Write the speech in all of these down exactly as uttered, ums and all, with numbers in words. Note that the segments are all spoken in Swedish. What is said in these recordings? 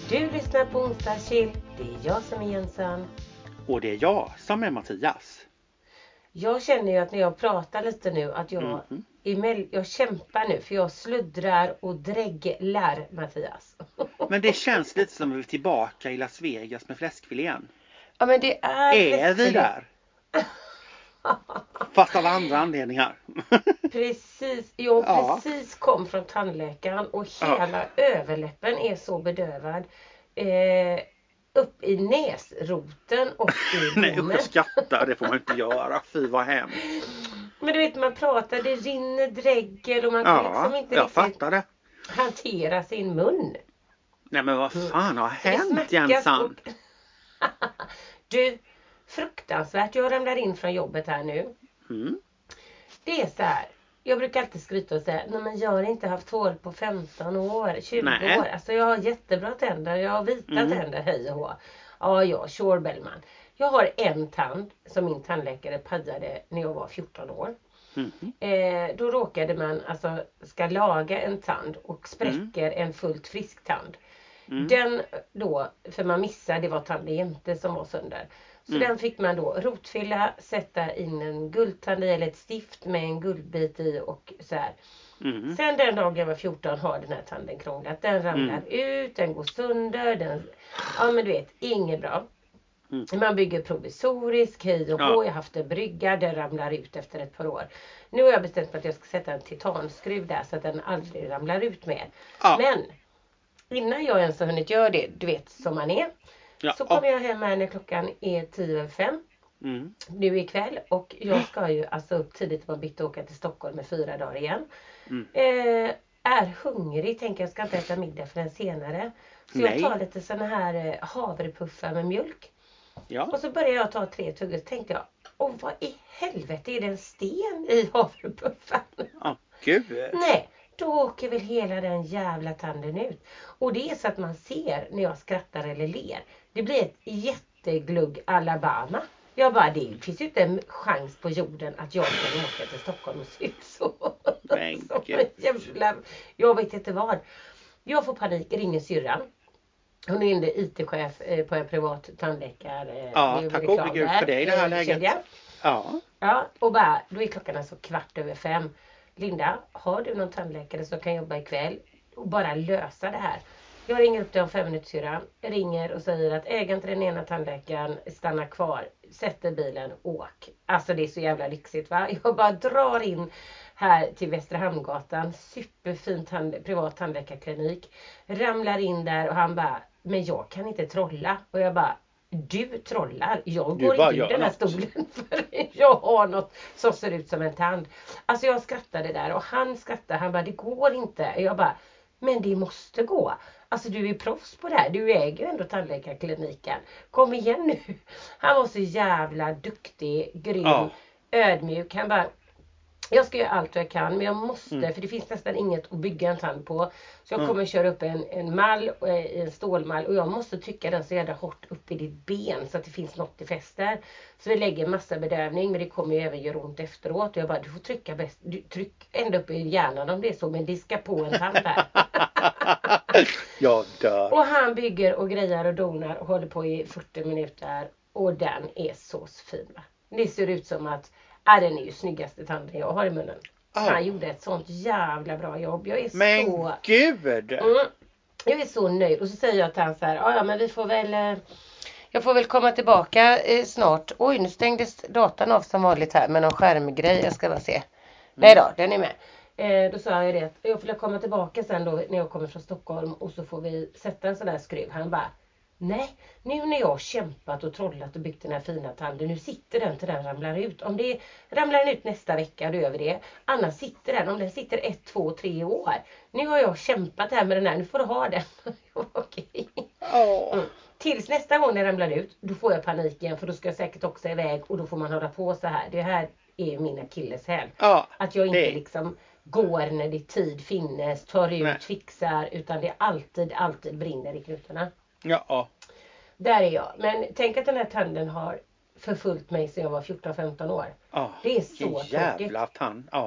Du lyssnar på onsdagskill. Det är jag som är Jensen. Och det är jag som är Mattias. Jag känner ju att när jag pratar lite nu att jag, Mm-hmm. emell, jag kämpar nu. För jag sluddrar och drägglar, Mattias. Men det känns lite som att vi är tillbaka i Las Vegas med fläskfilén. Ja, men det är Är vi där? Fast av andra anledningar. Precis, jag Ja. precis kom från tandläkaren och hela ja. överläppen är så bedövad. Eh, upp i näsroten och i Nej, bommen. usch, skrattar, det får man inte göra. Fy, vad hemskt. Men du vet, man pratar, det rinner dräggel och man Ja, kan liksom inte jag riktigt fattar det. hantera sin mun. Nej, men vad fan har Så det hänt, smackas Jensan? och... Du, fruktansvärt. Jag ramlar in från jobbet här nu. Mm. Det är så här. Jag brukar alltid skryta och säga, nej men jag har inte haft hår på femton år, tjugo Nej. år. Alltså jag har jättebra tänder, jag har vita Mm. tänder, hej och hå. Ja, ja, sure Bellman. Jag har en tand som min tandläkare pajade när jag var fjorton år. Mm. Eh, då råkade man, alltså ska laga en tand och spräcker mm. en fullt frisk tand. Mm. Den då, för man missade, det var tanden jämte som var sönder. Så mm. den fick man då rotfylla, sätta in en guldtand i eller ett stift med en guldbit i och så här. Mm. Sen den dagen jag var fjorton har den här tanden krånglat. Den ramlar mm. ut, den går sönder, den, ja men du vet, inget bra. Mm. Man bygger provisorisk, hej och hå, ja. Jag har haft en brygga, den ramlar ut efter ett par år. Nu har jag bestämt mig att jag ska sätta en titanskruv där så att den aldrig ramlar ut mer. Ja. Men innan jag ens har hunnit göra det, du vet som man är. Ja. Så kommer jag hem här när klockan är tio över fem. Mm. Nu ikväll. Och jag ska ju alltså upp tidigt på bitt och åka till Stockholm med fyra dagar igen. Mm. Eh, är hungrig, tänker jag ska inte äta middag förrän senare. Så Nej. jag tar lite såna här havrepuffar med mjölk. Ja. Och så börjar jag ta tre tuggor. Så tänkte jag, åh vad i helvete är det en sten i havrepuffen? Åh, gud. Nej, då åker väl hela den jävla tanden ut. Och det är så att man ser när jag skrattar eller ler. Det blir ett jätteglugg Alabama. Jag bara, det finns ju inte en chans på jorden att jag kan åka till Stockholm och se ut så. Men så gud. Jävla, jag vet inte vad. Jag får panik, ringer syrran. Hon är inte I T-chef på en privat tandläkare. Ja, tack och gud för det i det här läget. Ja. Ja, och bara, då är klockan alltså kvart över fem. Linda, har du någon tandläkare som kan jobba ikväll och bara lösa det här? Jag ringer upp till en fem minuter syrran, ringer och säger att ägaren till den ena tandläkaren stannar kvar, sätter bilen, åk. Alltså det är så jävla lyxigt, va? Jag bara drar in här till Västra Hamngatan, superfin tand- privat tandläkarklinik, ramlar in där och han bara, men jag kan inte trolla. Och jag bara, du trollar, jag du går inte ur den här något. stolen för jag har något som ser ut som en tand. Alltså jag skrattade där och han skrattade, han bara, det går inte. Och jag bara, men det måste gå. Alltså du är proffs på det här, du äger ju ändå tandläkarkliniken. Kom igen nu. Han var så jävla duktig, grym, ja. ödmjuk. Han bara, jag ska göra allt vad jag kan, men jag måste, mm. för det finns nästan inget att bygga en tand på. Så jag kommer mm. köra upp en, en mall, en stålmall, och jag måste trycka den så jävla hårt upp i ditt ben så att det finns något i fäster. Så vi lägger en massa bedövning, men det kommer ju även göra ont efteråt. Och jag bara, du får trycka bäst, du, tryck ända upp i hjärnan om det är så, men diska på en tand där. Jag dör. Och han bygger och grejar och donar och håller på i fyrtio minuter. Och den är så fin, va? Det ser ut som att ja, den är ju snyggaste tanden jag har i munnen. Oh. Han gjorde ett sånt jävla bra jobb. Jag är men så... Men gud! Mm, jag är så nöjd. Och så säger jag till han så här, ja men vi får väl... Eh, jag får väl komma tillbaka eh, snart. Oj, nu stängdes datan av som vanligt här med någon skärmgrej. Jag ska bara se. Mm. Nej då, den är med. Eh, då sa jag det att jag får komma tillbaka sen då när jag kommer från Stockholm. Och så får vi sätta en sån där skruv. Han bara... Nej, nu när jag har kämpat och trollat och byggt den här fina tanden, nu sitter den till den ramlar ut. Om det ramlar den ut nästa vecka, då gör vi det. Annars sitter den, om den sitter ett, två, tre år. Nu har jag kämpat här med den här, nu får du ha den. Okej. Oh. Mm. Tills nästa gång den ramlar ut, då får jag panik igen. För då ska jag säkert också iväg och då får man hålla på så här. Det här är min akilleshäl. Oh, att jag inte det. liksom går när det tid finnes, tar ut, Nej. fixar. Utan det alltid, alltid brinner i knutarna. Ja. Där är jag. Men tänk att den här tanden har förfulgt mig sedan jag var fjorton femton år. Ja, det är så jävla tand. Ja.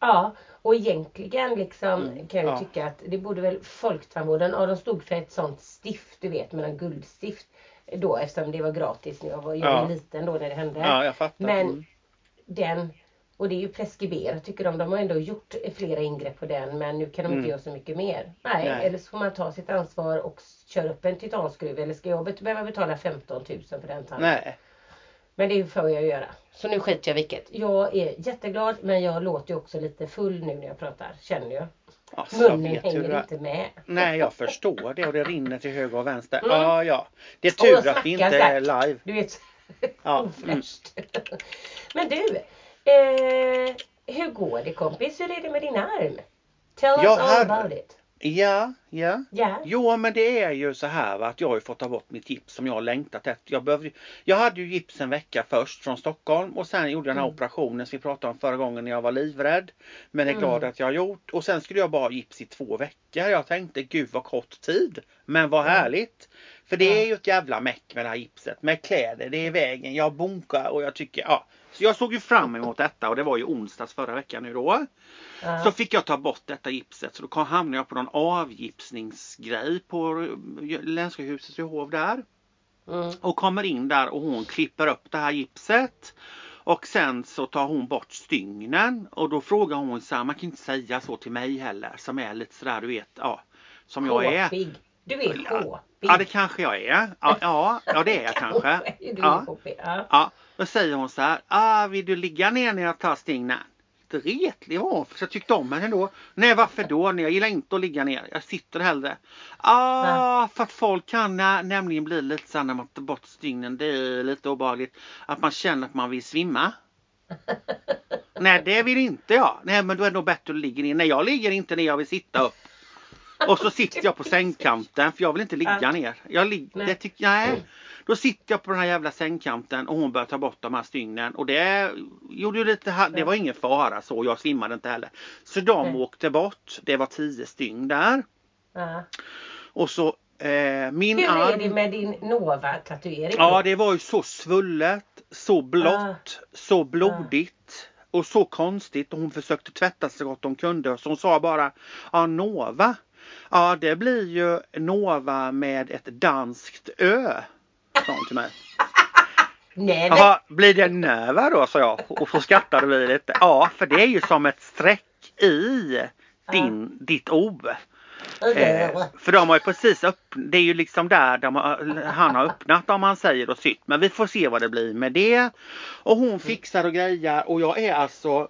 Ja, och egentligen liksom Mm, kan jag ju ja. tycka att det borde väl folktandvården, och de stod för ett sånt stift, du vet, med en guldstift då, eftersom det var gratis när jag var, jag var ju Ja. liten då när det hände. Ja, jag fattar. Men Mm. den, och det är ju preskriberat tycker de, de har ändå gjort flera ingrepp på den, men nu kan de inte Mm. göra så mycket mer. Nej, Nej. eller så får man ta sitt ansvar och köra upp en titanskruv, eller ska jag bet- behöva betala femton tusen för den tanden? Nej. Men det får jag göra. Så nu skiter jag vilket. Jag är jätteglad, men jag låter ju också lite full nu när jag pratar, känner jag. Alltså, jag Munnen vet hur hänger det- inte med. Nej, jag förstår det och det rinner till höger och vänster. Mm. Ja, ja. Det är Och jag tur att vi inte snackar är där. live. Du vet, Ja, ofräscht. Men du, eh, hur går det kompis? Hur är det med din arm? Tell Ja, us all här- about it. Ja, ja. Ja. Jo, men det är ju så här va, att jag har ju fått ta bort mitt gips som jag har längtat efter. Jag, behövde, jag hade ju gips en vecka först från Stockholm och sen gjorde jag den här Mm. operationen som vi pratade om förra gången när jag var livrädd. Men är Mm. glad att jag har gjort. Och sen skulle jag bara ha gips i två veckor. Jag tänkte, gud vad kort tid. Men vad Ja. härligt. För det Ja. är ju ett jävla meck med det här gipset. Med kläder, det är vägen. Jag bonkar och jag tycker, ja. Så jag såg ju fram emot detta och det var ju onsdags förra veckan nu då. Ja. Så fick jag ta bort detta gipset. Så då hamnade jag på någon avgipsningsgrej på länssjukhuset i Hov där. Mm. Och kommer in där och hon klipper upp det här gipset. Och sen så tar hon bort stygnen. Och då frågar hon så här, man kan inte säga så till mig heller. Som är lite sådär, du vet, ja. Som jag är. Kåpig. Du är kåpig. Ja, det kanske jag är. Ja, ja, ja det är jag kanske. Du är Ja. kåpig. Ja. Ja, då säger hon så här, ah, vill du ligga ner när jag tar stygnen? Retlig var hon, för jag tyckte om henne då. Nej, varför då? Jag gillar inte att ligga ner. Jag sitter hellre. Ah, för att folk kan nä- nämligen bli lite så när man tar bort stygnen. Det är lite obehagligt. Att man känner att man vill svimma. Nej, det vill inte jag. Nej, men då är det nog bättre att ligga ner. Nej, jag ligger inte ner, jag vill sitta upp. Och så sitter jag på sängkanten, för jag vill inte ligga ner. Jag lig- Nej. det tycker nej. Då sitter jag på den här jävla sängkanten och hon börjar ta bort de här stygnen. Och det gjorde ju lite, ha- det var ingen fara så, jag svimmade inte heller. Så de Nej. åkte bort, det var tio stygn där. Ja. Och så eh, min Hur är arm. det med din Nova-tatuering? Ja, då? det var ju så svullet, så blått, så blodigt och så konstigt. Och hon försökte tvätta så gott hon kunde. Så hon sa bara, ja Nova. Ja, det blir ju Nova med ett danskt ö, sa hon till mig. Nej, men... Jaha, blir det Növa då, sa jag. Och så skrattade vi lite. Ja, för det är ju som ett streck i din, ditt O. Eh, för de har ju precis öppnat, det är ju liksom där de har, han har öppnat om man säger och sytt. Men vi får se vad det blir med det. Och hon fixar och grejer och jag är alltså,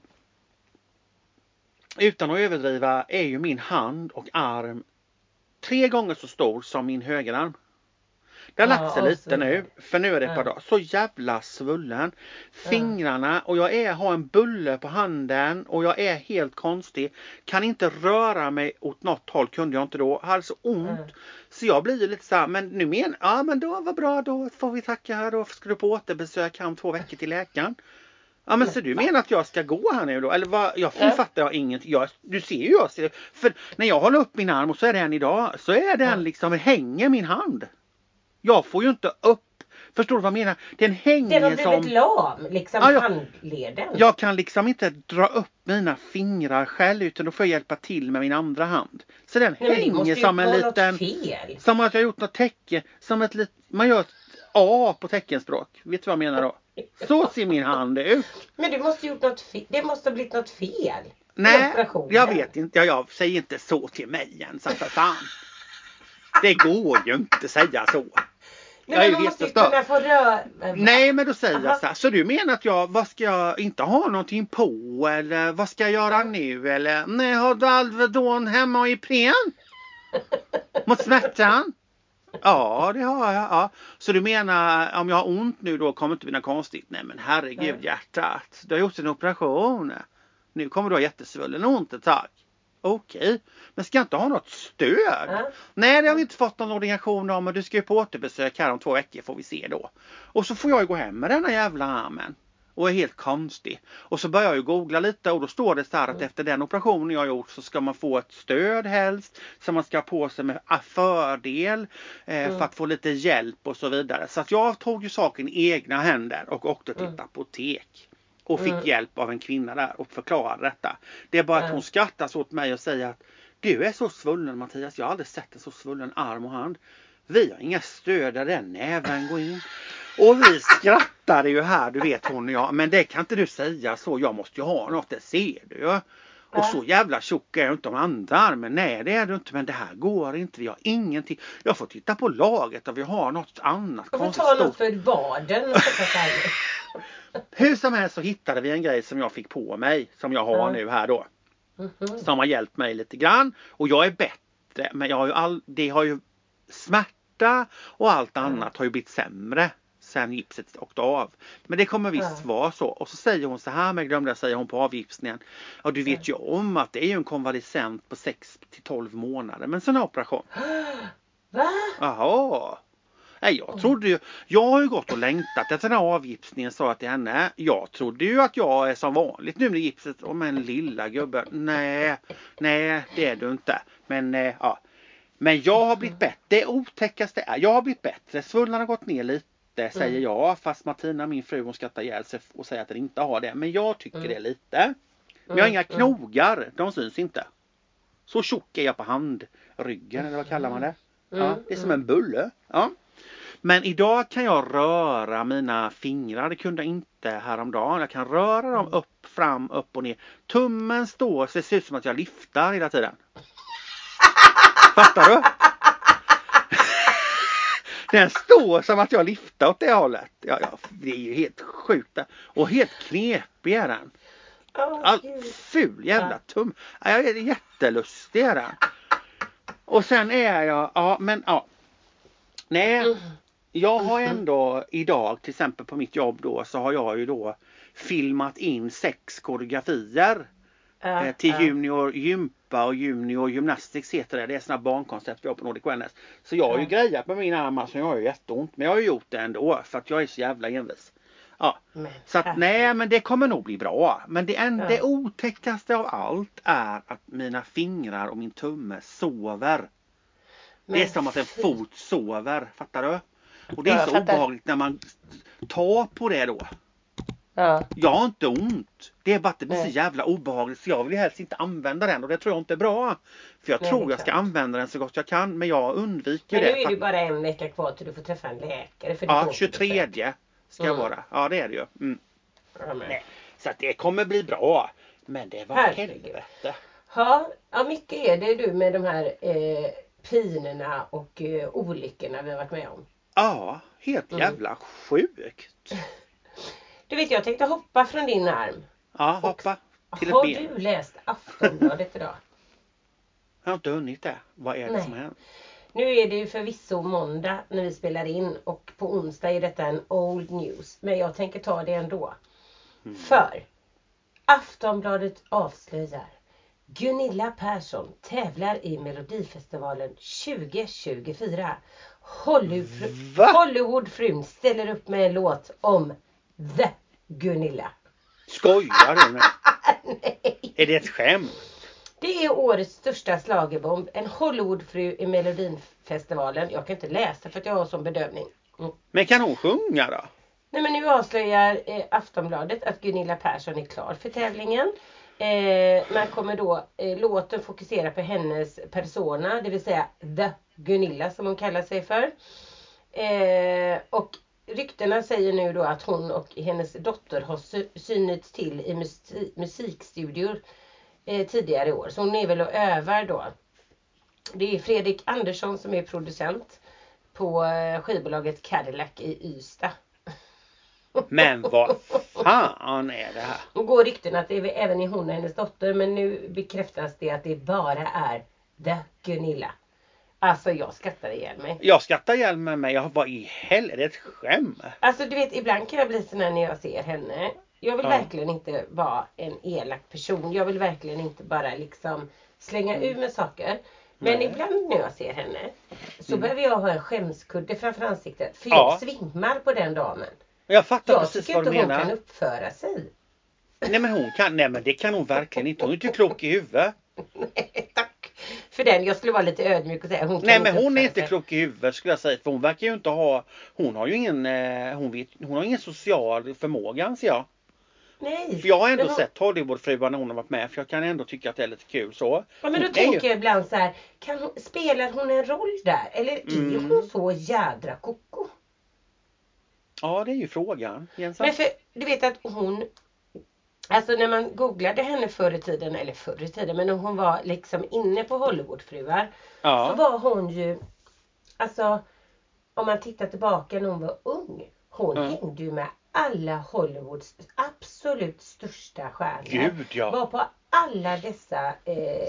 utan att överdriva, är ju min hand och arm tre gånger så stor som min högerarm. Det har Ja, lagt sig och lite svullen. nu, för nu är det ett par Ja. dagar. Så jävla svullen. Fingrarna, och jag är, har en bulle på handen och jag är helt konstig. Kan inte röra mig åt något håll, kunde jag inte då. Jag hade så ont. Mm. Så jag blir ju lite så här, men nu men, ja men då var bra, då får vi tacka här, då ska du på återbesök här om två veckor till läkaren. Ja men så du menar att jag ska gå här nu då? Eller vad? Jag Ja. fattar jag inget. Jag, du ser ju jag ser. För när jag håller upp min arm och så är det en idag. Så är den Ja. liksom, hänger min hand. Jag får ju inte upp. Förstår du vad jag menar? Den hänger Den har blivit som... lam, liksom Ja, ja. handleden. Jag kan liksom inte dra upp mina fingrar själv, utan då får jag hjälpa till med min andra hand. Så den Nej, men det måste hänger ju som en vara liten... något fel. Som att jag har gjort något tecken. Som ett litet... Man gör ett A på teckenspråk. Vet du vad jag menar då? Så ser min hand ut. Men du måste gjort något fel. Det måste ha blivit något fel. Nej, Operationen. jag vet inte. Jag, jag säger inte så till mig ens. För fan. Det går ju inte att säga så. Nej, Jag är men man ju måste ju jättestörd. kunna få röra... Nej, men då säger Aha. jag så här. Så du menar att jag, vad ska jag inte ha någonting på? Eller vad ska jag göra nu? Eller, nej, har du Alvedon hemma och Ipren? Mot smärtan? Ja, det har jag. Ja. Så du menar, om jag har ont nu då kommer det inte bli något konstigt? Nej, men herregud Nej. hjärtat. Du har gjort en operation. Nu kommer du ha jättesvullen och ont ett tag. Okej, men ska jag inte ha något stöd? Ja. Nej, det har vi inte fått någon ordination om. Men du ska ju på återbesök här om två veckor, får vi se då. Och så får jag ju gå hem med denna jävla armen. Och är helt konstig. Och så börjar jag ju googla lite och då står det så här att Mm. efter den operationen jag har gjort så ska man få ett stöd helst. Som man ska ha på sig med fördel eh, Mm. för att få lite hjälp och så vidare. Så att jag tog ju saken i egna händer och åkte till ett Mm. apotek. Och fick Mm. hjälp av en kvinna där och förklarade detta. Det är bara att Mm. hon skrattar så åt mig och säger att du är så svullen Mattias, jag har aldrig sett en så svullen arm och hand. Vi har inga stöd där den näven går in. Och vi skrattade ju här, du vet hon och jag. Men det kan inte du säga så, jag måste ju ha något, det ser du ju. Och så jävla tjock är jag inte om andra armen. Nej det är du inte, men det här går inte, vi har ingenting. Jag får titta på laget och vi har något annat. Jag får ta något för baden och sätta sig. Hur som helst så hittade vi en grej som jag fick på mig, som jag har Mm. nu här då. Mm-hmm. Som har hjälpt mig lite grann. Och jag är bättre, men jag har ju all, det har ju smärta och allt annat har ju blivit sämre sen gipset åkte av. Men det kommer visst Mm. vara så. Och så säger hon så här, men glömde jag säga hon på avgipsningen. Ja, du vet ju om att det är ju en konvalescent på sex till tolv månader. Men sån här operation. Va? Jaha. Nej, jag trodde ju, jag har ju gått och längtat efter den här avgipsningen, sa jag till henne. Jag trodde ju att jag är som vanligt nu med gipset. Och men lilla gubben, nej, nej det är du inte. Men eh, ja, men jag har blivit bättre, det otäckaste är, jag har blivit bättre. Svullan har gått ner lite, säger Mm. jag. Fast Martina, min fru, hon skrattar ihjäl sig och säger att den inte har det. Men jag tycker Mm. det är lite. Men jag har inga knogar, de syns inte. Så tjock är jag på handryggen, eller vad kallar man det? Ja, det är som en bulle, ja. Men idag kan jag röra mina fingrar. Det kunde jag inte häromdagen. Jag kan röra dem upp, fram, upp och ner. Tummen står så det ser ut som att jag lyftar hela tiden. Fattar du? Den står som att jag lyfter åt det hållet. Ja, ja, det är ju helt sjukt. Och helt knepig är den. All ful jävla tum. Ja, jag är jättelustig är den. Och sen är jag, ja men ja. Nej. Jag har ändå idag, till exempel på mitt jobb då, så har jag ju då filmat in sex koreografier Uh, eh, till uh. junior gympa och junior gymnastics heter det. Det är sådana barnkoncept vi har på Nordic Wellness. Så jag har ju uh. grejat med min arm, så jag har ju jätteont. Men jag har ju gjort det ändå för att jag är så jävla envis. Ja. Men, så att nej, men det kommer nog bli bra. Men det, en, uh. det otäckaste av allt är att mina fingrar och min tumme sover. Men det är som att en fot sover, fattar du? Och det är ja, så obehagligt när man tar på det då. Ja. Jag har inte ont. Det är bara att det blir Nej. så jävla obehagligt. Så jag vill helst inte använda den. Och det tror jag inte är bra. För jag Nej, tror jag ska använda den så gott jag kan. Men jag undviker men det. Men nu är det bara en vecka kvar till du får träffa en läkare. För ja, tjugotredje ska jag mm. vara. Ja, det är det ju. Mm. Ja, Nej. Så att det kommer bli bra. Men det var helvete. Ja, ja, mycket är det du med de här eh, pinerna och eh, olyckorna vi har varit med om. Ja, helt jävla mm. sjukt. Du vet, jag tänkte hoppa från din arm. Ja, hoppa till ett har ben. Har du läst Aftonbladet idag? Jag har inte hunnit det. Vad är det Nej. som händer? Nu är det ju förvisso måndag när vi spelar in. Och på onsdag är detta en old news. Men jag tänker ta det ändå. Mm. För Aftonbladet avslöjar. Gunilla Persson tävlar i Melodifestivalen tjugo tjugofyra. Hollywood, Hollywoodfrun ställer upp med en låt om The Gunilla. Skojar du nu? Nej. Är det ett skämt? Det är årets största slagerbomb. En Hollywoodfru i Melodifestivalen. Jag kan inte läsa för att jag har sån bedövning. Mm. Men kan hon sjunga då? Nej, men nu avslöjar eh, Aftonbladet att Gunilla Persson är klar för tävlingen. Eh, man kommer då eh, låten fokusera på hennes persona, det vill säga The Gunilla som hon kallar sig för. Eh, och ryktena säger nu då att hon och hennes dotter har sy- synits till i musik- musikstudior eh, tidigare i år. Så hon är väl och övar då. Det är Fredrik Andersson som är producent på eh, skivbolaget Cadillac i Ystad. Men vad fan är det här? Och går rykten att det är även i hon och hennes dotter. Men nu bekräftas det att det bara är The Gunilla. Alltså jag skrattar ihjäl mig. Jag skrattar ihjäl med mig. Jag var i helvete ett skämt. Alltså du vet, ibland kan jag bli sån här när jag ser henne. Jag vill ja. verkligen inte vara en elak person. Jag vill verkligen inte bara liksom slänga mm. ur med saker. Men Nej. ibland när jag ser henne så mm. behöver jag ha en skämskudde framför ansiktet. För ja. jag svimmar på den damen. Jag fattar jag precis vad du menar. Jag tycker inte hon kan uppföra sig. Nej men hon kan, nej men det kan hon verkligen inte. Hon är inte klok i huvudet. Nej, tack. För den, jag skulle vara lite ödmjuk och säga hon kan Nej inte men hon är inte sig. klok i huvudet skulle jag säga. För hon verkar ju inte ha, hon har ju ingen, hon, vet, hon har ingen social förmåga anser jag. Nej. För jag har ändå hon... sett Hollywoodfruar när hon har varit med. För jag kan ändå tycka att det är lite kul så. Ja, men då hon tänker ju... jag ibland så här. Kan hon, spelar hon en roll där? Eller är Mm. hon så jädra koko? Ja, det är ju frågan. Jensen. Men för du vet att hon... Alltså när man googlade henne förr i tiden. Eller förr i tiden. Men när hon var liksom inne på Hollywoodfruar. Ja. Så var hon ju... Alltså... Om man tittar tillbaka när hon var ung. Hon Mm. hängde ju med alla Hollywoods absolut största stjärnor. Gud, ja. Var på alla dessa eh,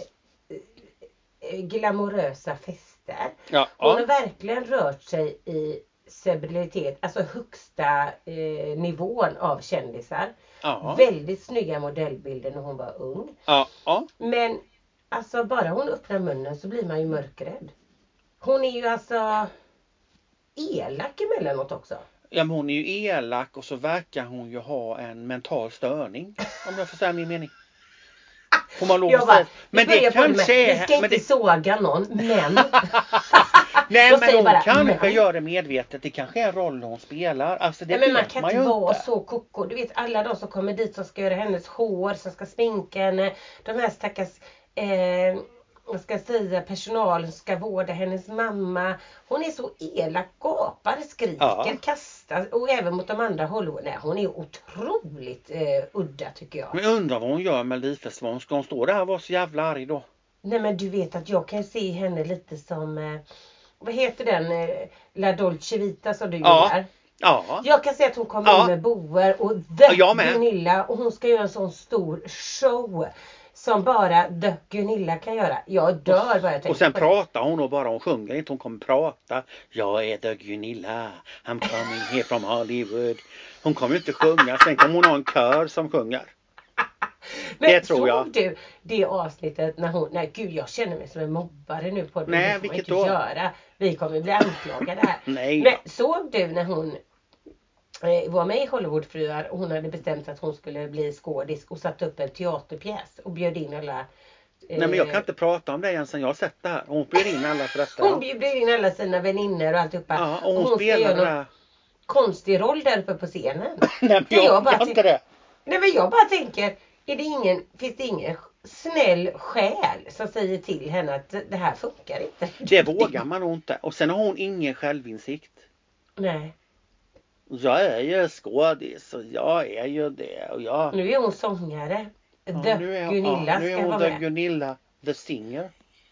eh, glamorösa fester. Ja, Hon ja. har verkligen rört sig i celebritet, alltså högsta eh, nivån av kändisar. Ja. Väldigt snygga modellbilder när hon var ung. Ja, ja. Men alltså bara hon öppnar munnen så blir man ju mörkrädd. Hon är ju alltså elak emellanåt också. Ja, men hon är ju elak och så verkar hon ju ha en mental störning. Om jag får säga min mening. Får man lov att säga. Men det kanske är... Vi ska inte men det... såga någon, men... Nej, men hon bara, kanske men... gör det medvetet. Det kanske är en roll hon spelar. Alltså det ja, men man vet kan man inte ju vara inte. så koko. Du vet alla de som kommer dit som ska göra hennes hår, som ska sminka henne. De här stackars... Eh... Jag ska säga personalen ska vårda hennes mamma. Hon är så elak, gapar, skriker, Ja. kastar. Och även mot de andra Hollywood. Nej, hon är otroligt eh, udda tycker jag. Men undrar vad hon gör med Melodifestivalen. Ska hon stå där och vara så jävla arg då? Nej, men du vet att jag kan se henne lite som... Eh, vad heter den? Eh, La Dolce Vita som du Ja. gillar. Ja. Jag kan se att hon kommer Ja. in med boer och The Jag med. Gunilla. Och hon ska göra en sån stor show. Som bara The Gunilla kan göra. Jag dör vad jag tänker Och sen på det. pratar hon och bara hon sjunger inte. Hon kommer prata. Jag är The Gunilla. I'm coming here from Hollywood. Hon kommer ju inte sjunga. Sen kommer hon ha en kör som sjunger. Men det tror jag. såg du det avsnittet när hon... Nej gud, jag känner mig som en mobbare nu på det. Nej, det får man vilket inte då? göra. Vi kommer bli anklagade här. Nej. Men såg du när hon eh, var med i Hollywoodfruar och hon hade bestämt att hon skulle bli skådis och satt upp en teaterpjäs och bjöd in alla... Eh, Nej, men jag kan inte prata om det än sen jag har sett det här. Hon bjöd in alla för detta. hon bjöd in alla sina vänner och alltihopa. Ja, och hon, och hon ska spelade göra det någon här. konstig roll där uppe på scenen. Nej, men jag, jag bara jag inte det. Nej, men jag bara tänker, är det ingen, finns det ingen snäll själ som säger till henne att det här funkar inte? Det vågar man nog inte. Och sen har hon ingen självinsikt. Nej. Jag är ju skådis och jag är ju det. Och jag... Nu är hon sångare. Ja, The nu är, Gunilla ja, nu är ska hon vara The med. Gunilla, the singer.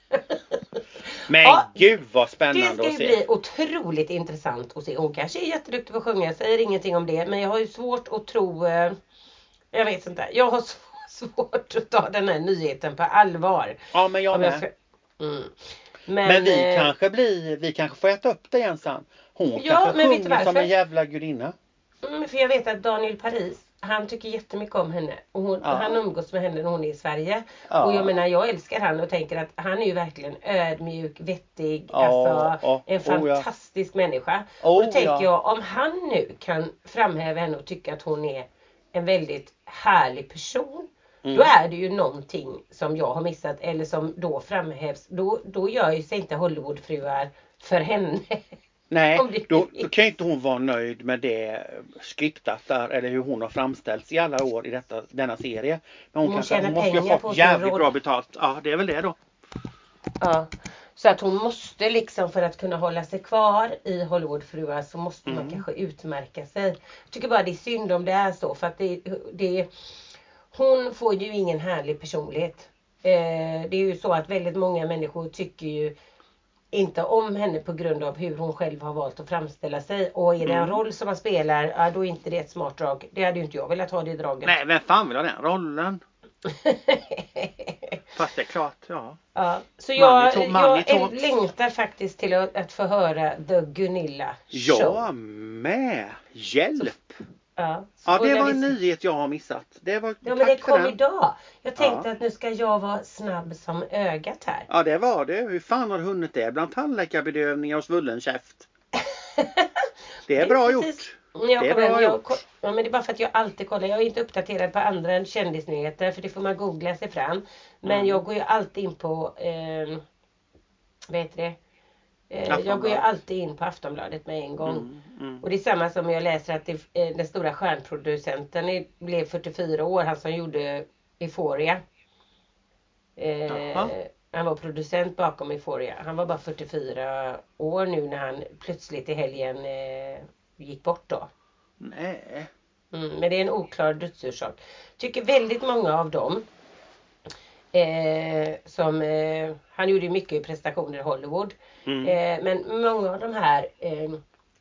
Men Ja, gud vad Det spännande ska ju att se. bli otroligt intressant att se. Hon kanske är jätteduktig på att sjunga. Jag säger ingenting om det. Men jag har ju svårt att tro... Eh, jag vet inte. Jag har svårt att ta den här nyheten på allvar. Ja, men jag Om med. jag ska... mm. Men, Men vi eh, kanske blir, vi kanske får äta upp det igen sen. Hon Ja, kanske men vet du sjunger som varför? en jävla gudinna. Mm, för jag vet att Daniel Paris, han tycker jättemycket om henne. Och hon, Ja. han umgås med henne när hon är i Sverige. Ja. Och jag menar, jag älskar han och tänker att han är ju verkligen ödmjuk, vettig. Ja, alltså ja, en oh ja. fantastisk människa. Oh och då tänker ja. jag, om han nu kan framhäva henne och tycka att hon är en väldigt härlig person. Mm. Då är det ju någonting som jag har missat. Eller som då framhävs. Då, då gör ju sig inte Hollywoodfruar för henne. Nej, Om det- då, då kan ju inte hon vara nöjd med det skriptat där, eller hur hon har framställts i alla år i detta, denna serie. Men hon, Hon kanske, tjänar hon måste ju pengar ha på fått sin jävligt roll. bra betalt. Ja, det är väl det då. Ja, så att hon måste liksom för att kunna hålla sig kvar i Hollywoodfruar så måste man Mm. kanske utmärka sig. Jag tycker bara det är synd om det är så för att det, det hon får ju ingen härlig personlighet. Eh, det är ju så att väldigt många människor tycker ju inte om henne på grund av hur hon själv har valt att framställa sig. Och är det en Mm. roll som man spelar, ja, då är inte det ett smart drag. Det hade ju inte jag velat ha det draget. Nej, vem fan vill ha den rollen? Fast det är klart, ja. Ja, så Man jag, är tom- man är jag tom. längtar faktiskt till att, att få höra The Gunilla Show. Jag med. Hjälp. Ja, Ja, och det när var vi- en nyhet jag har missat. Det var, Ja, men tack det för kom den. idag. Jag tänkte Ja. att nu ska jag vara snabb som ögat här. Ja, det var det. Hur fan har du hunnit det? Bland tandläkarbedövningar och svullen käft. Det är bra precis- gjort. Jag Det är kommer bra hem, jag, gjort. ko- ja, men det är bara för att jag alltid kollar. Jag är inte uppdaterad på andra kändisnyheter. För det får man googla sig fram. Men Mm. jag går ju alltid in på... Eh, vad heter det? Eh, jag går ju alltid in på Aftonbladet med en gång. Mm, mm. Och det är samma som jag läser att det, eh, den stora stjärnproducenten är, blev fyrtiofyra år. Han som gjorde Euphoria. Eh, han var producent bakom Euphoria. Han var bara fyrtiofyra år nu när han plötsligt i helgen eh, gick bort då. Nej. Mm, men det är en oklar dödsorsak. Tycker väldigt många av dem eh, som eh, han gjorde ju mycket prestationer i Hollywood. Mm. Eh, men många av de här eh,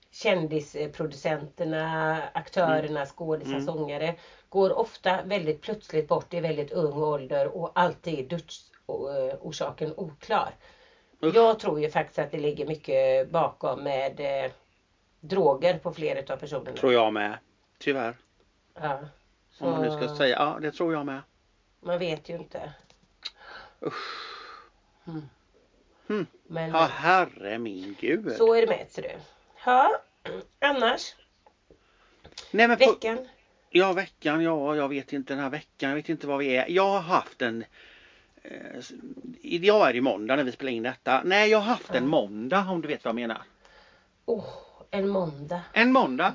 kändisproducenterna, aktörerna, skådisar, Mm. sångare går ofta väldigt plötsligt bort i väldigt ung ålder och alltid är dödsorsaken oklar. Usch. Jag tror ju faktiskt att det ligger mycket bakom med eh, droger på flera av personerna. Tror jag med. Tyvärr. Ja, så Om man nu ska säga. Ja, det tror jag med. man vet ju inte. Usch. Mm. Mm. Men, Ja, herre min gud. så är det med, ser du. Ja, annars. Nej, men Veckan. På, ja, veckan. Ja, jag vet inte den här veckan. Jag vet inte vad vi är. Jag har haft en... Eh, jag är i måndag när vi spelar in detta. Nej, jag har haft en måndag, om du vet vad jag menar. Åh, oh, en måndag. En måndag.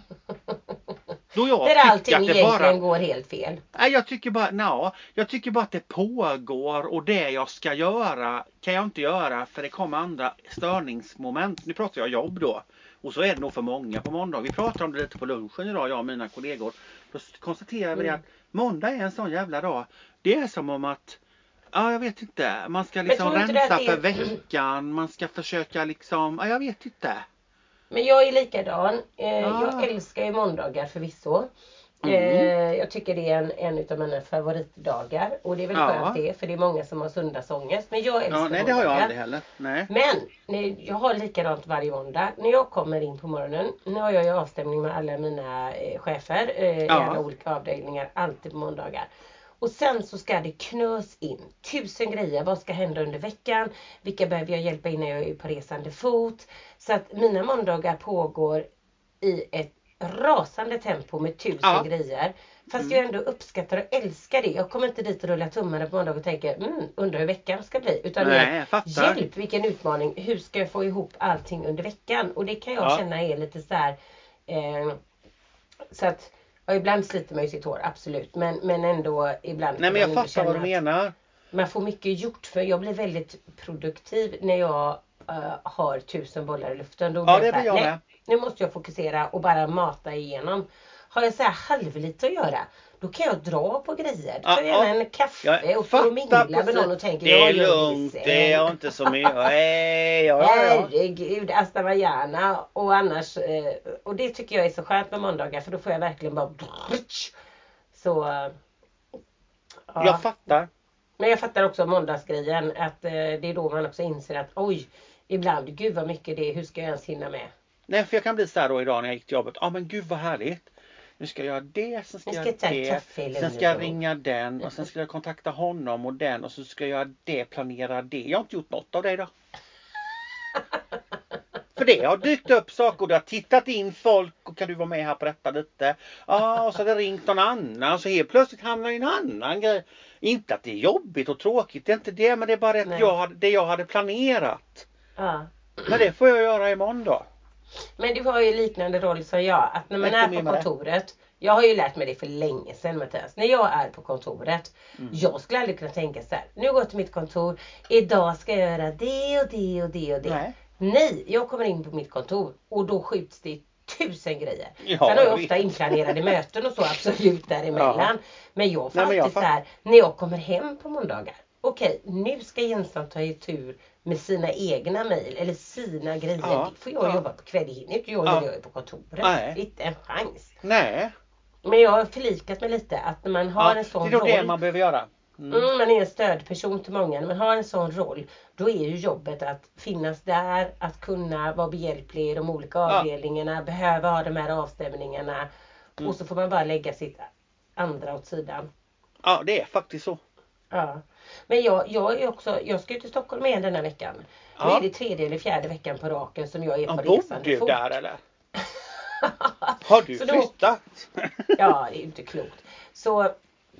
Då jag där allting att det egentligen bara... går helt fel. Nej, jag tycker bara, no, jag tycker bara att det pågår och det jag ska göra kan jag inte göra för det kommer andra störningsmoment. Nu pratar jag jobb då. Och så är det nog för många på måndag. Vi pratar om det lite på lunchen idag, jag och mina kollegor. Då konstaterar vi mm. det att måndag är en sån jävla dag. Det är som om att, ja jag vet inte, man ska liksom rensa för är... veckan. Man ska försöka liksom, ja jag vet inte. Men jag är likadan. Eh, ah. Jag älskar ju måndagar förvisso. Mm. Eh, jag tycker det är en, en av mina favoritdagar. Och det är väl ja. skönt det, för det är många som har söndagsångest. Men jag älskar ja, nej, måndagar. det har jag aldrig heller. Nej. Men nej, jag har likadant varje måndag. När jag kommer in på morgonen, nu har jag ju avstämning med alla mina eh, chefer eh, ja. i alla olika avdelningar, alltid på måndagar. Och sen så ska det knös in tusen grejer. Vad ska hända under veckan? Vilka behöver jag hjälpa in när jag är på resande fot? Så att mina måndagar pågår i ett rasande tempo med tusen ja. grejer. Fast mm. jag ändå uppskattar och älskar det. Jag kommer inte dit och rulla tummarna på måndag och tänker mm, undrar hur veckan ska bli. Utan Nej, mer, hjälp vilken utmaning. Hur ska jag få ihop allting under veckan? Och det kan jag ja. känna är lite så här. Eh, så att ja, ibland sliter man ju sitt hår, absolut. Men, men ändå ibland. Nej, men jag fattar vad du menar. Man får mycket gjort, för jag blir väldigt produktiv när jag uh, har tusen bollar i luften. Då ja, blir det blir jag nej, med. Nu måste jag fokusera och bara mata igenom. Har jag så här halvlite att göra, då kan jag dra på grejer. Då tar jag gärna en kaffe jag och får mingla med någon och tänker det är lugnt, det är inte så mycket. Nej, ja, ja. Herregud, hasta mañana. Och annars, eh, och det tycker jag är så skönt med måndagar, för då får jag verkligen bara så ja. Jag fattar. Men jag fattar också måndagsgrejen, att eh, det är då man också inser att oj, ibland, gud vad mycket det är, hur ska jag ens hinna med? Nej, för jag kan bli så här då idag när jag gick till jobbet. Ja, ah, men gud vad härligt. Nu ska jag göra det, sen ska jag göra det. Sen ska jag ringa den och sen ska jag kontakta honom och den. Och så ska jag göra det, planera det. Jag har inte gjort något av det idag. För det har dykt upp saker och du har tittat in folk och kan du vara med här på detta lite. Ja, ah, och så har det ringt någon annan och så helt plötsligt hamnar i en annan grej. Inte att det är jobbigt och tråkigt, det är inte det, men det är bara att jag hade, det jag hade planerat. Ja. Men det får jag göra imorgon då. Men du har ju liknande roll som jag, att när man är på kontoret, jag har ju lärt mig det för länge sedan, Mattias. När jag är på kontoret, mm. jag skulle aldrig kunna tänka så här, nu går jag till mitt kontor, idag ska jag göra det och det och det och det. Nej, Nej jag kommer in på mitt kontor och då skjuts det tusen grejer. Ja, Sen har jag ofta inplanerade möten och så absolut däremellan. Ja. Men jag får alltid så här, när jag kommer hem på måndagar, okej, nu ska Jensson ta i tur med sina egna mejl eller sina grejer. Ja, det får jag ja. jobba på kvällen. Inte jag ja. jag är på kontoret. Nej. Inte en chans. Nej. Men jag har förlikat mig lite att när man har ja, en sån roll. Det är roll, det man behöver göra. Mm. Mm, man är en stödperson till många. När man har en sån roll, då är ju jobbet att finnas där, att kunna vara behjälplig i de olika avdelningarna, ja. behöva ha de här avstämningarna. Mm. Och så får man bara lägga sitt andra åt sidan. Ja, det är faktiskt så. Ja. Men jag, jag är också, jag ska ju till Stockholm igen den här veckan. Ja. Nu är det tredje eller fjärde veckan på raken som jag är på ja, resande du fot. Där eller? Har du så flyttat? Då, ja, det är inte klokt. Så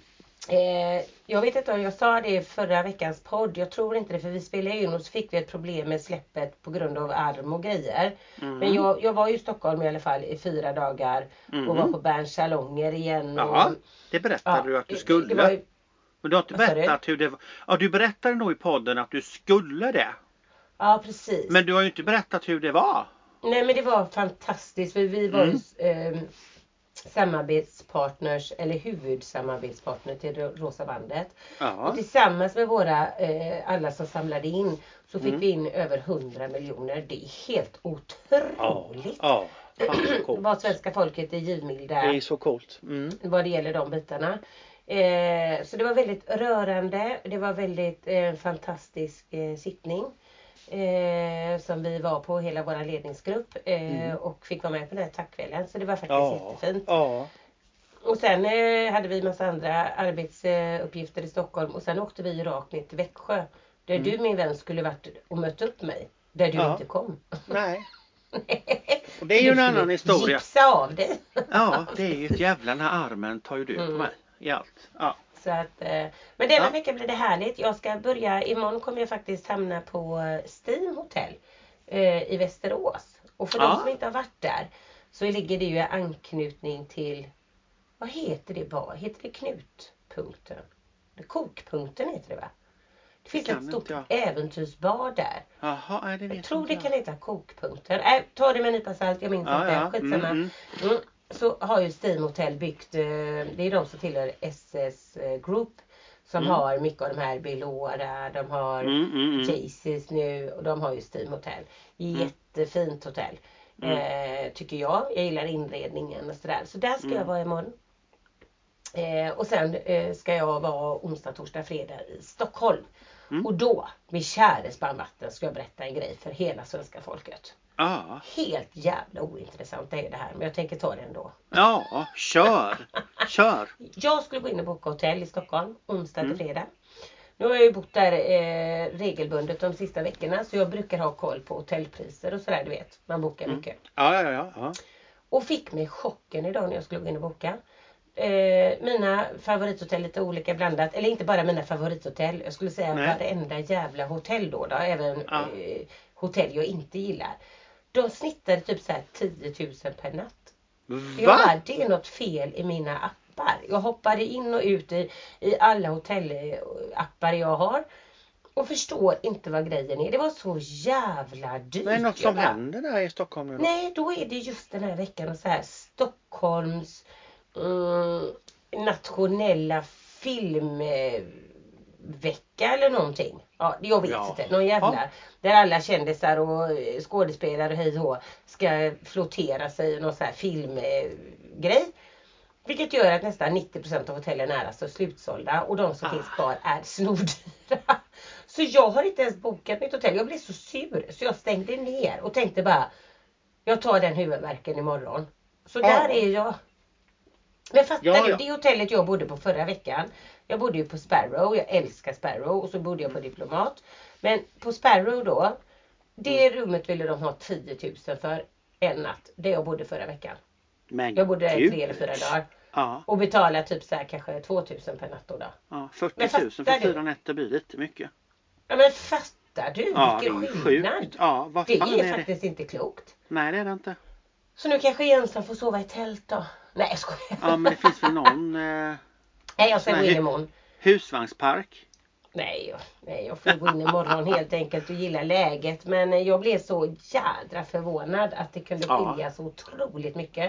Eh, jag vet inte om jag sa det i förra veckans podd. Jag tror inte det, för vi spelade in och så fick vi ett problem med släppet på grund av arm och grejer. Mm. Men jag, jag var ju i Stockholm i alla fall i fyra dagar Mm. och var på Berns salonger igen. Ja, och, det berättade ja, du att du det- skulle. Det var ju, Men du har inte vad sa du? berättat hur det var. Ja, du berättade nog i podden att du skulle det. Ja, precis. Men du har ju inte berättat hur det var. Nej, men det var fantastiskt. För vi var Mm. ju eh, samarbetspartners eller huvudsamarbetspartner till Ro- Rosa bandet. Ja. Och tillsammans med våra eh, alla som samlade in så fick Mm. vi in över hundra miljoner. Det är helt Ja, otroligt. ja. Fan så coolt. Vad svenska folket är givmilda Det är så coolt. Mm. vad det gäller de bitarna. Eh, så det var väldigt rörande. Det var väldigt eh, fantastisk eh, sittning. Eh, som vi var på, hela vår ledningsgrupp. Eh, Mm. Och fick vara med på den här tackkvällen. Så det var faktiskt Ja. jättefint. Ja. Och sen eh, hade vi massa andra arbetsuppgifter i Stockholm. Och sen åkte vi rakt ner till Växjö. Där Mm. du, min vän, skulle varit och mött upp mig. Där du Ja. inte kom. Nej. Och det är ju en Du annan skulle historia. gipsa av dig. Ja, det är ju ett jävla, den här armen tar ju du Mm. på mig i allt. Ja. Så att, eh, men denna Ja. vecka blir det härligt. Jag ska börja, imorgon kommer jag faktiskt hamna på Steam Hotel eh, i Västerås. Och för Ja. de som inte har varit där så ligger det ju anknytning till, vad heter det bara? Heter det Knutpunkten? Det Kokpunkten heter det, va? Det finns kan ett stort inte jag. äventyrsbar där. Jaha, nej, det vet Jag tror inte det kan heta Kokpunkten. Äh, ta det med en nypa salt, jag minns Ja, inte. ja. Skitsamma. Mm, Mm. Så har ju Steam Hotel byggt, eh, det är de som tillhör S S Group. Som Mm. har mycket av de här Belora, de har Mm, mm, mm. Jaycees nu och de har ju Steam Hotel. Jättefint hotell. Eh, tycker jag. Jag gillar inredningen och sådär. Så där ska Mm. jag vara imorgon. Eh, och sen eh, ska jag vara onsdag, torsdag, fredag i Stockholm. Mm. Och då, med käre spanvatten, ska jag berätta en grej för hela svenska folket. Ja. Helt jävla ointressant är det här, men jag tänker ta det ändå. Ja, kör. Kör. Jag skulle gå in och boka hotell i Stockholm onsdag Mm. till fredag. Nu har jag ju bott där eh, regelbundet de sista veckorna, så jag brukar ha koll på hotellpriser och sådär, du vet. Man bokar Mm. mycket. Ja, ja, ja. ja. Och fick mig chocken idag när jag skulle gå in och boka. Eh, mina favorithotell lite olika blandat. Eller inte bara mina favorithotell. Jag skulle säga Nej. varenda jävla hotell då. då även Ja. eh, hotell jag inte gillar. De snittade typ så här tio tusen per natt. Jag Va? bara, det är något fel i mina appar. Jag hoppade in och ut i, i alla hotellappar jag har. Och förstår inte vad grejen är. Det var så jävla dyrt. Vad är det något Jag som bara, händer där i Stockholm nu då? Nej, då är det just den här veckan och så här Stockholms mm, nationella filmvecka eller någonting. Ja, jag vet Ja. inte. Någon jävla. Ja. Där alla kändisar och eh, skådespelare och hej och hå ska flottera sig i någon så här filmgrej. Vilket gör att nästan nittio procent av hotellen är alltså slutsålda. Och de som Ah. finns kvar är snordyra. Så jag har inte ens bokat mitt hotell. Jag blev så sur. Så jag stängde ner och tänkte bara, jag tar den huvudvärken imorgon. Så Ja. där är jag. Men fattar Ja, du, ja. det hotellet jag bodde på förra veckan. Jag bodde ju på Sparrow. Jag älskar Sparrow. Och så bodde jag på Diplomat. Men på Sparrow då. Det Mm. rummet ville de ha tio tusen för en natt. Det jag bodde förra veckan. Men Jag bodde där i gud. tre eller fyra dagar. Ja, Och betala typ så här kanske två tusen per natt då. då. ja fyrtio Men tusen för fattar du? fyra nätter blir lite mycket. Ja, men fattar du Ja, det vilken är ju skillnad? sjukt. Ja, vad Det fan är är det? faktiskt inte klokt. Nej, det är det inte. Så nu kanske Jensen får sova i tält då. Nej, jag skojar. Ja, men det finns väl någon eh, Nej, jag ska sån gå här in hu- imorgon. husvagnspark. Nej, jag, nej, jag får gå in imorgon helt enkelt och gilla läget. Men jag blev så jädra förvånad att det kunde Ja. skilja så otroligt mycket.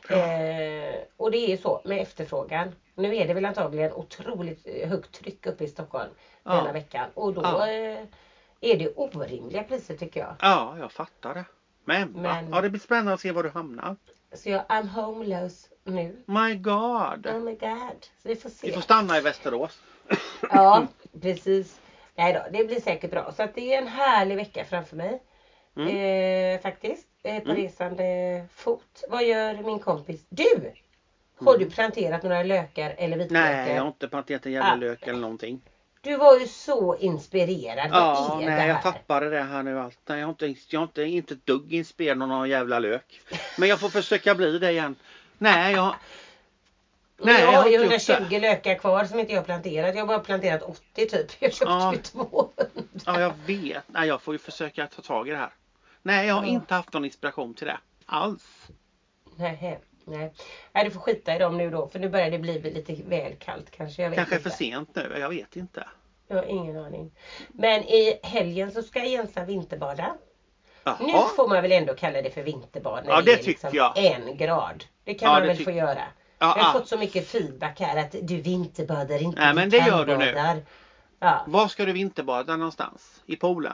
Eh, och det är ju så med efterfrågan. Nu är det väl antagligen otroligt eh, högt tryck uppe i Stockholm Ja. denna veckan. Och då Ja. eh, är det orimliga priser tycker jag. Ja, jag fattar det. Men, va? Men- Ja, det blir spännande att se var du hamnar. Så jag I'm homeless nu. My God. Oh my god. Så vi får se. Vi får stanna i Västerås. Ja, precis. Nej då, det blir säkert bra. Så att det är en härlig vecka framför mig. Mm. Eh, faktiskt. Eh, på Mm. resande fot. Vad gör min kompis? Du! Har Mm. du planterat några lökar eller vitlökar? Nej, jag har inte planterat en jävla Ah. lök eller någonting. Du var ju så inspirerad. Ja, Vad är nej, det jag här? tappade det här nu allt. Nej, jag har inte, jag har inte, inte ett dugg inspirerad av någon jävla lök. Men jag får försöka bli det igen. Nej, jag... Nej, jag jag har har ju inte gjort det. hundratjugo lökar kvar som inte jag har planterat. Jag har bara planterat åttio typ. Jag köpte Ja. ju tvåhundra. Ja, jag vet. Nej, jag får ju försöka ta tag i det här. Nej, jag har Ja. inte haft någon inspiration till det. Alls. Nej, nej. Nej, du får skita i dem nu då. För nu börjar det bli lite väl kallt kanske. Jag vet Kanske inte. för sent nu. Jag vet inte. Jag har ingen aning. Men i helgen så ska Jensa vinterbada. Jaha. Nu får man väl ändå kalla det för vinterbad när Ja, det, det är tycker liksom jag. en grad. Det kan Ja, man det väl tyck- få göra. Ja, jag har ja. fått så mycket feedback här att du vinterbadar inte. Nej, du men det gör du nu. kallbadar. Ja. Var ska du vinterbada någonstans? I poolen?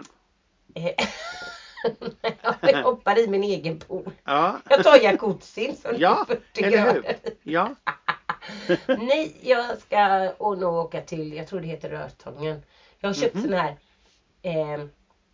Jag hoppar i min egen pool. Ja. Jag tar jacuzzin som Ja, är fyrtio eller hur? grader. Ja. Nej, jag ska och nog åka till, jag tror det heter Rörtången. Jag har köpt Mhm. såna här eh,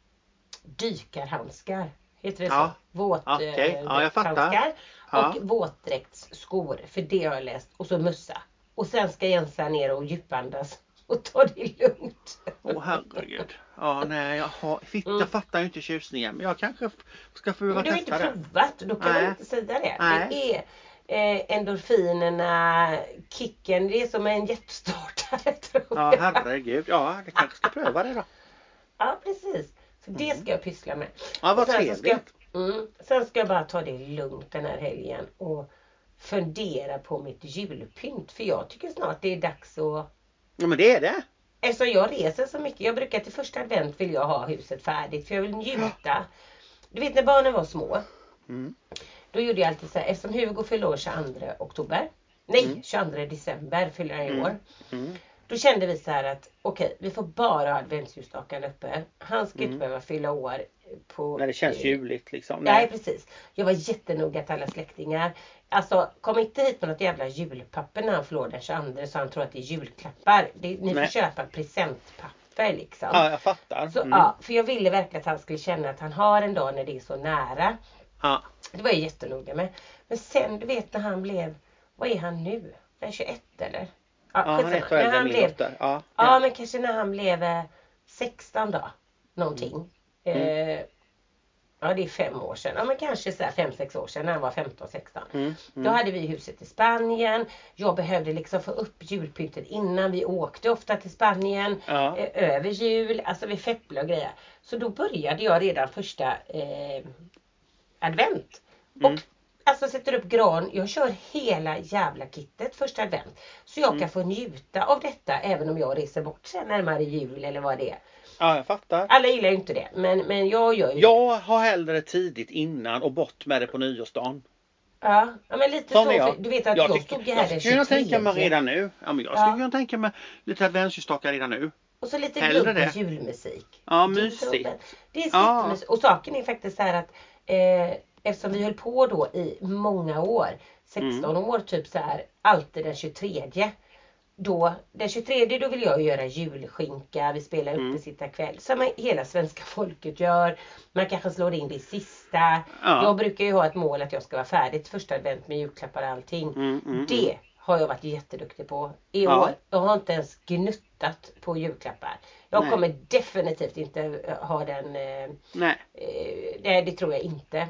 dykarhandskar. Heter det så? Ja. Våt, Okej. eh, Ja, jag fattar. handskar. Ja. Och våtdräktsskor. För det har jag läst. Och så mössa. Och sen ska Jensa ner och djupandas. Och ta det lugnt. Åh oh, herregud. Ja, nej, jag, har, fitt, Mm. jag fattar ju inte tjusningen. Men jag kanske f- ska få Men du har testa inte det. provat. Då kan Nej. man inte säga det. Nej. Det är eh, endorfinerna, kicken. Det är som en jättestartare tror jag. Ja, herregud. Ja, det kanske ska pröva det då. Ja, precis. Så det ska jag pyssla med. Ja, vad Och sen så ska jag, trevligt. mm, sen ska jag bara ta det lugnt den här helgen. Och fundera på mitt julpynt. För jag tycker snart det är dags att... Ja, men det är det. Eftersom jag reser så mycket. Jag brukar till första advent vill jag ha huset färdigt. För jag vill njuta. Du vet när barnen var små. Mm. Då gjorde jag alltid så här. Eftersom Hugo fyller år tjugoandra oktober. Nej, Mm. tjugoandra december fyller han i Mm. år. Mm. Då kände vi så här att okej, okay, vi får bara ha adventsljusstaken uppe. Han ska Mm. inte behöva fylla år på... När det känns juligt liksom. Nej, precis. Jag var jättenoga till alla släktingar. Alltså, kom inte hit med något jävla julpapper när han förlorar den tjugoandra så han tror att det är julklappar. Det, ni Nej. får köpa presentpapper liksom. Ja, jag fattar. Så, Mm. ja, för jag ville verkligen att han skulle känna att han har en dag när det är så nära. Ja. Det var jag jättenoga med. Men sen, du vet när han blev... Vad är han nu? Är han tjugoett eller? Ja, han är skitsamma. ett år äldre När han än min blev, dotter. Ja. Ja, men kanske när han blev eh, sexton då. Någonting. Mm. Eh, ja, det är fem år sedan. Ja, men kanske så här fem sex år sedan när han var femton sexton. Mm. Mm. Då hade vi huset i Spanien. Jag behövde liksom få upp julpyntet innan. Vi åkte ofta till Spanien. Ja. Eh, över jul. Alltså vi feppla och grejer. Så då började jag redan första eh, advent. Mm. Och alltså sätter upp gran. Jag kör hela jävla kittet första advent. Så jag kan Mm. få njuta av detta. Även om jag reser bort sen närmare jul eller vad det är. Ja, jag fattar. Alla gillar ju inte det. Men, men jag gör ju det. Jag har hellre tidigt innan och bort med det på nyårsdagen. Ja, ja men lite Sån så. är jag. Du vet att jag, jag stod tycker, ju här jag den skulle kunna tänka mig tjugotredje. redan nu. Ja, men jag Ja. skulle kunna tänka mig lite adventsljusstakar redan nu. Och så lite Hellre glögg det. och julmusik. Ja, Det är mysigt. trubbel. Det är Ja. jättemysigt. Och saken är faktiskt så här att eh, eftersom vi höll på då i många år, sexton år typ så här, alltid den tjugotredje. Då, den tjugotredje då vill jag göra julskinka, vi spelar Mm. uppesittarkväll som hela svenska folket gör. Man kanske slår in det sista. Ja. Jag brukar ju ha ett mål att jag ska vara färdig till första advent med julklappar och allting. Mm, mm, det mm. har jag varit jätteduktig på i Ja. år. Jag har inte ens gnuttat på julklappar. Jag Nej. kommer definitivt inte ha den... Eh, Nej. eh, det, det tror jag inte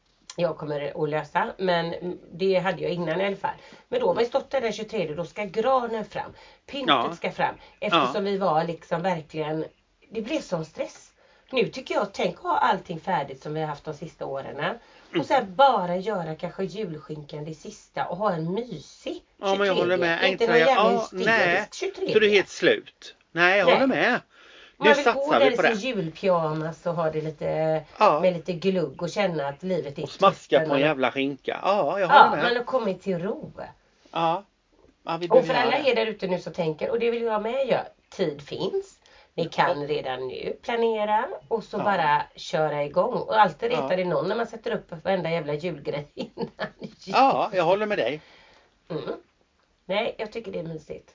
jag kommer att lösa. Men det hade jag innan i alla fall. Men då har vi stått där den tjugotredje. Då ska granen fram. Pyntet Ja. ska fram. Eftersom vi var liksom verkligen... Det blev sån stress. Nu tycker jag, tänk att ha allting färdigt som vi har haft de sista åren. Och sen bara göra kanske julskinkan det sista. Och ha en mysig Ja, men jag håller med. Inte någon Inte jävla ja, hysterisk nej. tjugotredje. Så du är helt slut? Nej, jag Nej. håller med. Man Nu vill gå satsar där vi i på sin det. julpyjamas och ha det lite Ja. med lite glugg och känna att livet är Och smaska toppen. på en jävla skinka. Ja, jag Ja, håller med. man har kommit till ro. Ja. Ja, vi Och behöver för göra alla det. er där ute nu så tänker, och det vill jag med göra, tid finns. Ni kan redan nu planera och så Ja. bara köra igång. Och alltid Ja. retar det någon när man sätter upp varenda jävla julgrej innan jul. Ja, jag håller med dig. Mm. Nej, jag tycker det är mysigt.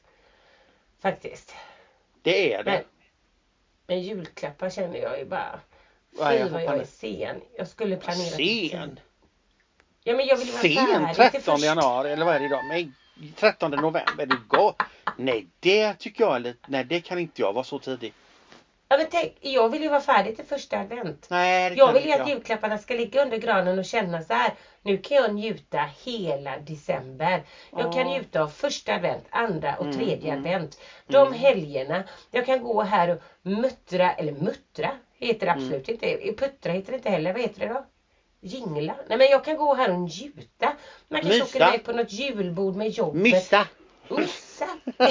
Faktiskt. Det är det. Men, men julklappar känner jag ju bara. Ja, Fy jag vad fattar jag är det. sen. Jag skulle planera. Sen. Ja, men jag vill vara Sen, färdig till trettonde först. januari, eller vad är det idag? Men trettonde november, det går. Nej, det tycker jag är lite, nej det kan inte jag vara så tidigt. Ja, men tänk, jag vill ju vara färdig till första advent. Nej, det Jag kan vill ju inte att jag. julklapparna ska ligga under granen och känna så här. Nu kan jag njuta hela december. Jag kan Ja. njuta av första advent, andra och Mm, tredje mm, advent. De mm. helgerna. Jag kan gå här och muttra, eller muttra heter det Mm. absolut inte. Puttra heter det inte heller. Vad heter det då? Jingla. Nej, men jag kan gå här och njuta. Man kan Mysa. åka iväg på något julbord med jobbet. Missa. Missa.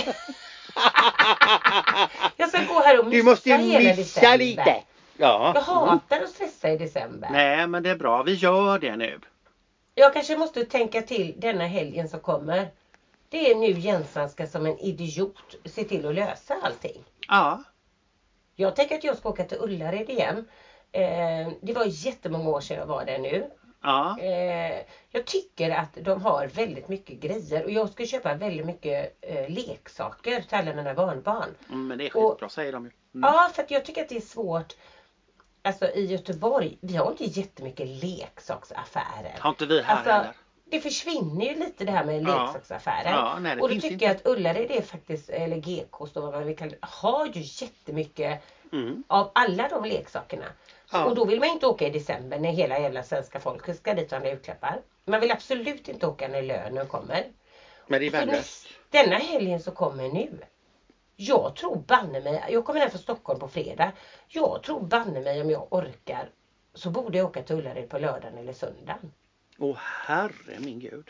Jag ska gå här och missa Du måste ju hela missa december. lite. Ja. Jag hatar att stressa i december. Nej, men det är bra. Vi gör det nu. Jag kanske måste tänka till denna helgen som kommer. Det är nu Jensan ska som en idiot se till att lösa allting. Ja. Jag tänker att jag ska åka till Ullared igen. Eh, det var jättemånga år sedan jag var där nu. Ja. Eh, jag tycker att de har väldigt mycket grejer. Och jag ska köpa väldigt mycket eh, leksaker till alla mina barnbarn. Mm, men det är Och- skitbra, säger de ju. Mm. Ja, för att jag tycker att det är svårt. Alltså i Göteborg, vi har inte jättemycket leksaksaffärer. Har inte vi här Alltså, heller. det försvinner ju lite det här med Ja. leksaksaffärer. Ja, nej, det och då finns tycker inte. jag att Ullared är faktiskt, eller G K då vad man vill kalla det, har ju jättemycket Mm. av alla de leksakerna. Så, Ja. Och då vill man inte åka i december när hela jävla svenska folket ska dit och handla julklappar. Man vill absolut inte åka när lönen kommer. Men det är För värdelöst. näst, denna helgen som kommer nu. Jag tror banne mig, jag kommer ner från Stockholm på fredag. Jag tror banne mig om jag orkar så borde jag åka till Ullared på lördagen eller söndagen. Åh herre min gud.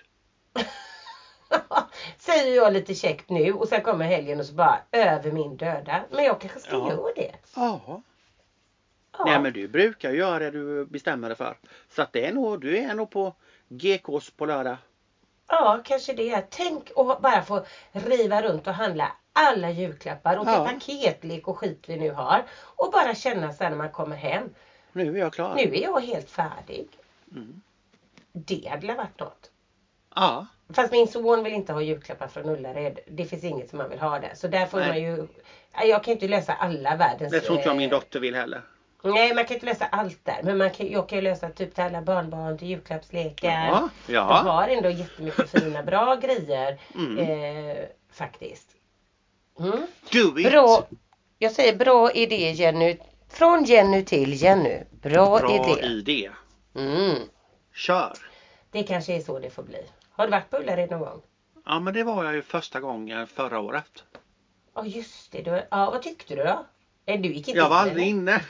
Säger jag lite käckt nu och sen kommer helgen och så bara över min döda. Men jag kanske ska Ja. göra det. Ja. Ja. Nej, men du brukar göra det du bestämmer dig för. Så att det är nog, du är nog på G K:s på lördag. Ja, kanske det. Tänk att bara få riva runt och handla alla julklappar och Ja. till paketlek och skit vi nu har. Och bara känna sen när man kommer hem. Nu är jag klar. Nu är jag helt färdig. Mm. Det hade varit något. Ja. Fast min son vill inte ha julklappar från Ullared. Det finns inget som man vill ha där. Så där får Nej. man ju... Jag kan inte lösa alla världens... Det tror inte jag min eh, dotter vill heller. Nej, man kan inte lösa allt där. Men man kan, jag kan ju lösa typ till alla barnbarn, till julklappslekar. Ja. Jag Ja. har ändå jättemycket fina, bra grejer. Mm. Eh, faktiskt. Mm. Do it. Bra. Jag säger bra idé, Jenny. Från Jenny till Jenny. Bra, Bra idé. idé. Mm. Kör. Det kanske är så det får bli. Har du varit på Ullared någon gång? Ja, men det var jag ju första gången förra året. Ja, just det. Du, ja, vad tyckte du då? Eh, Du gick inte Jag var in, aldrig eller? inne.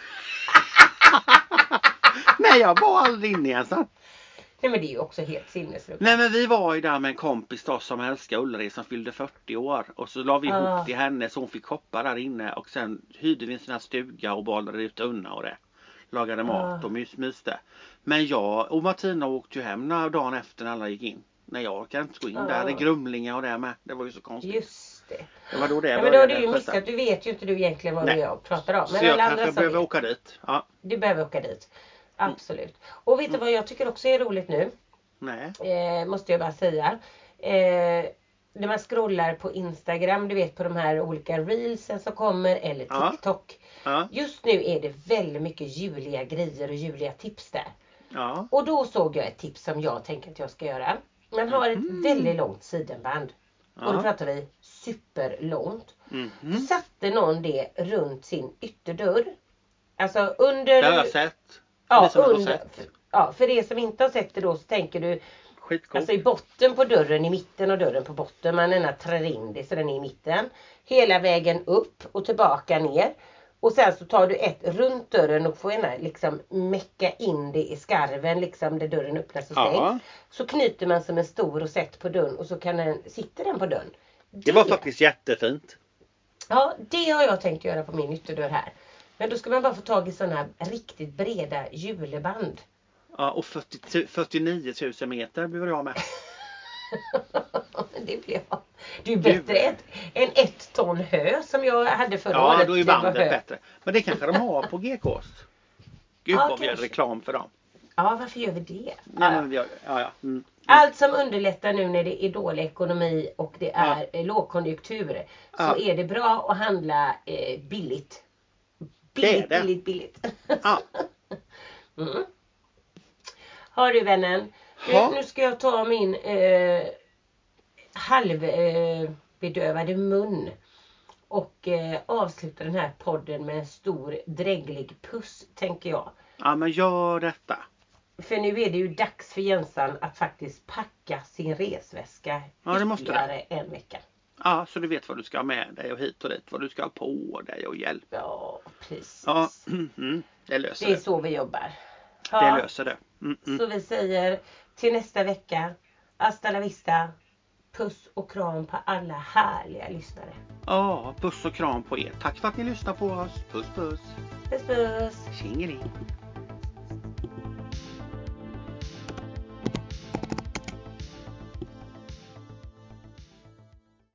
Nej, jag var aldrig inne ens. Nej, men det är ju också helt sinnesrubbigt. Nej, men vi var ju där med en kompis då som älskar Ullared som fyllde fyrtio år. Och så la vi Ah. ihop till henne så hon fick shoppa där inne. Och sen hyrde vi en sån här stuga och badade ut unna och det. Lagade mat Ah. och mys, myste. Men jag och Martina åkte ju hem några dagen efter när alla gick in. Nej, jag orkade inte gå in Ah. där. Det är grumlingar och det med. Det var ju så konstigt. Just det. Det var då det Ja, men då har började du ju skjuta. missat. Du vet ju inte du egentligen vad Nej. du jag pratar om. Men Så jag alla kanske andra som behöver vet. åka dit. Ja. Du behöver åka dit. Absolut. Och vet du vad jag tycker också är roligt nu? Nej. Eh, måste jag bara säga. Eh, när man scrollar på Instagram, du vet på de här olika reelsen som kommer, eller Ja. TikTok. Ja. Just nu är det väldigt mycket juliga grejer och juliga tips där. Ja. Och då såg jag ett tips som jag tänker att jag ska göra. Man har ett väldigt långt sidenband. Och då Ja. pratar vi superlångt. Mhm. Satte någon det runt sin ytterdörr. Alltså under... Det har jag sett. Ja, Ni som har under, sett. ja, för er som inte har sett det då så tänker du Skitcoolt. alltså i botten på dörren, i mitten av dörren på botten. Man ena trär in det så den är i mitten. Hela vägen upp och tillbaka ner. Och sen så tar du ett runt dörren och får ena liksom mecka in det i skarven liksom där dörren öppnas och stängs. Ja. Så knyter man som en stor rosett på dörren och så kan den, sitter den på dörren. Det var faktiskt jättefint. Ja, det har jag tänkt göra på min ytterdörr här. Men då ska man bara få tag i sådana riktigt breda juleband. Ja, och fyrtio, fyrtionio tusen meter blir jag med. Det blir jag. Det är bättre ett, än ett ton hö som jag hade förra Ja, året. då är ju Det var bandet hö. bättre. Men det kanske de har på G K:s. Gud Ja, vad vi gör kanske. reklam för dem. Ja, varför gör vi det? Nej, men vi gör, ja, ja. Mm. Allt som underlättar nu när det är dålig ekonomi och det är eh, lågkonjunktur så Ja. är det bra att handla eh, billigt. Det är Billigt, det. billigt, billigt. Ja. Mm. Har du vännen? Du, Ja. nu ska jag ta min eh, halvbedövade eh, bedövade mun Och eh, avsluta den här podden med en stor dräglig puss, tänker jag. Ja, men gör detta. För nu är det ju dags för Jensan att faktiskt packa sin resväska ja, det måste ytterligare det. en vecka. Ja, så du vet vad du ska ha med dig och hit och dit. Vad du ska ha på dig och hjälp. Ja, precis. Ja, mm, det löser det är det. så vi jobbar. Ja, det löser det. Mm, mm. Så vi säger till nästa vecka. Hasta la vista. Puss och kram på alla härliga lyssnare. Ja, puss och kram på er. Tack för att ni lyssnar på oss. Puss, puss. Puss, puss. Tjingeling.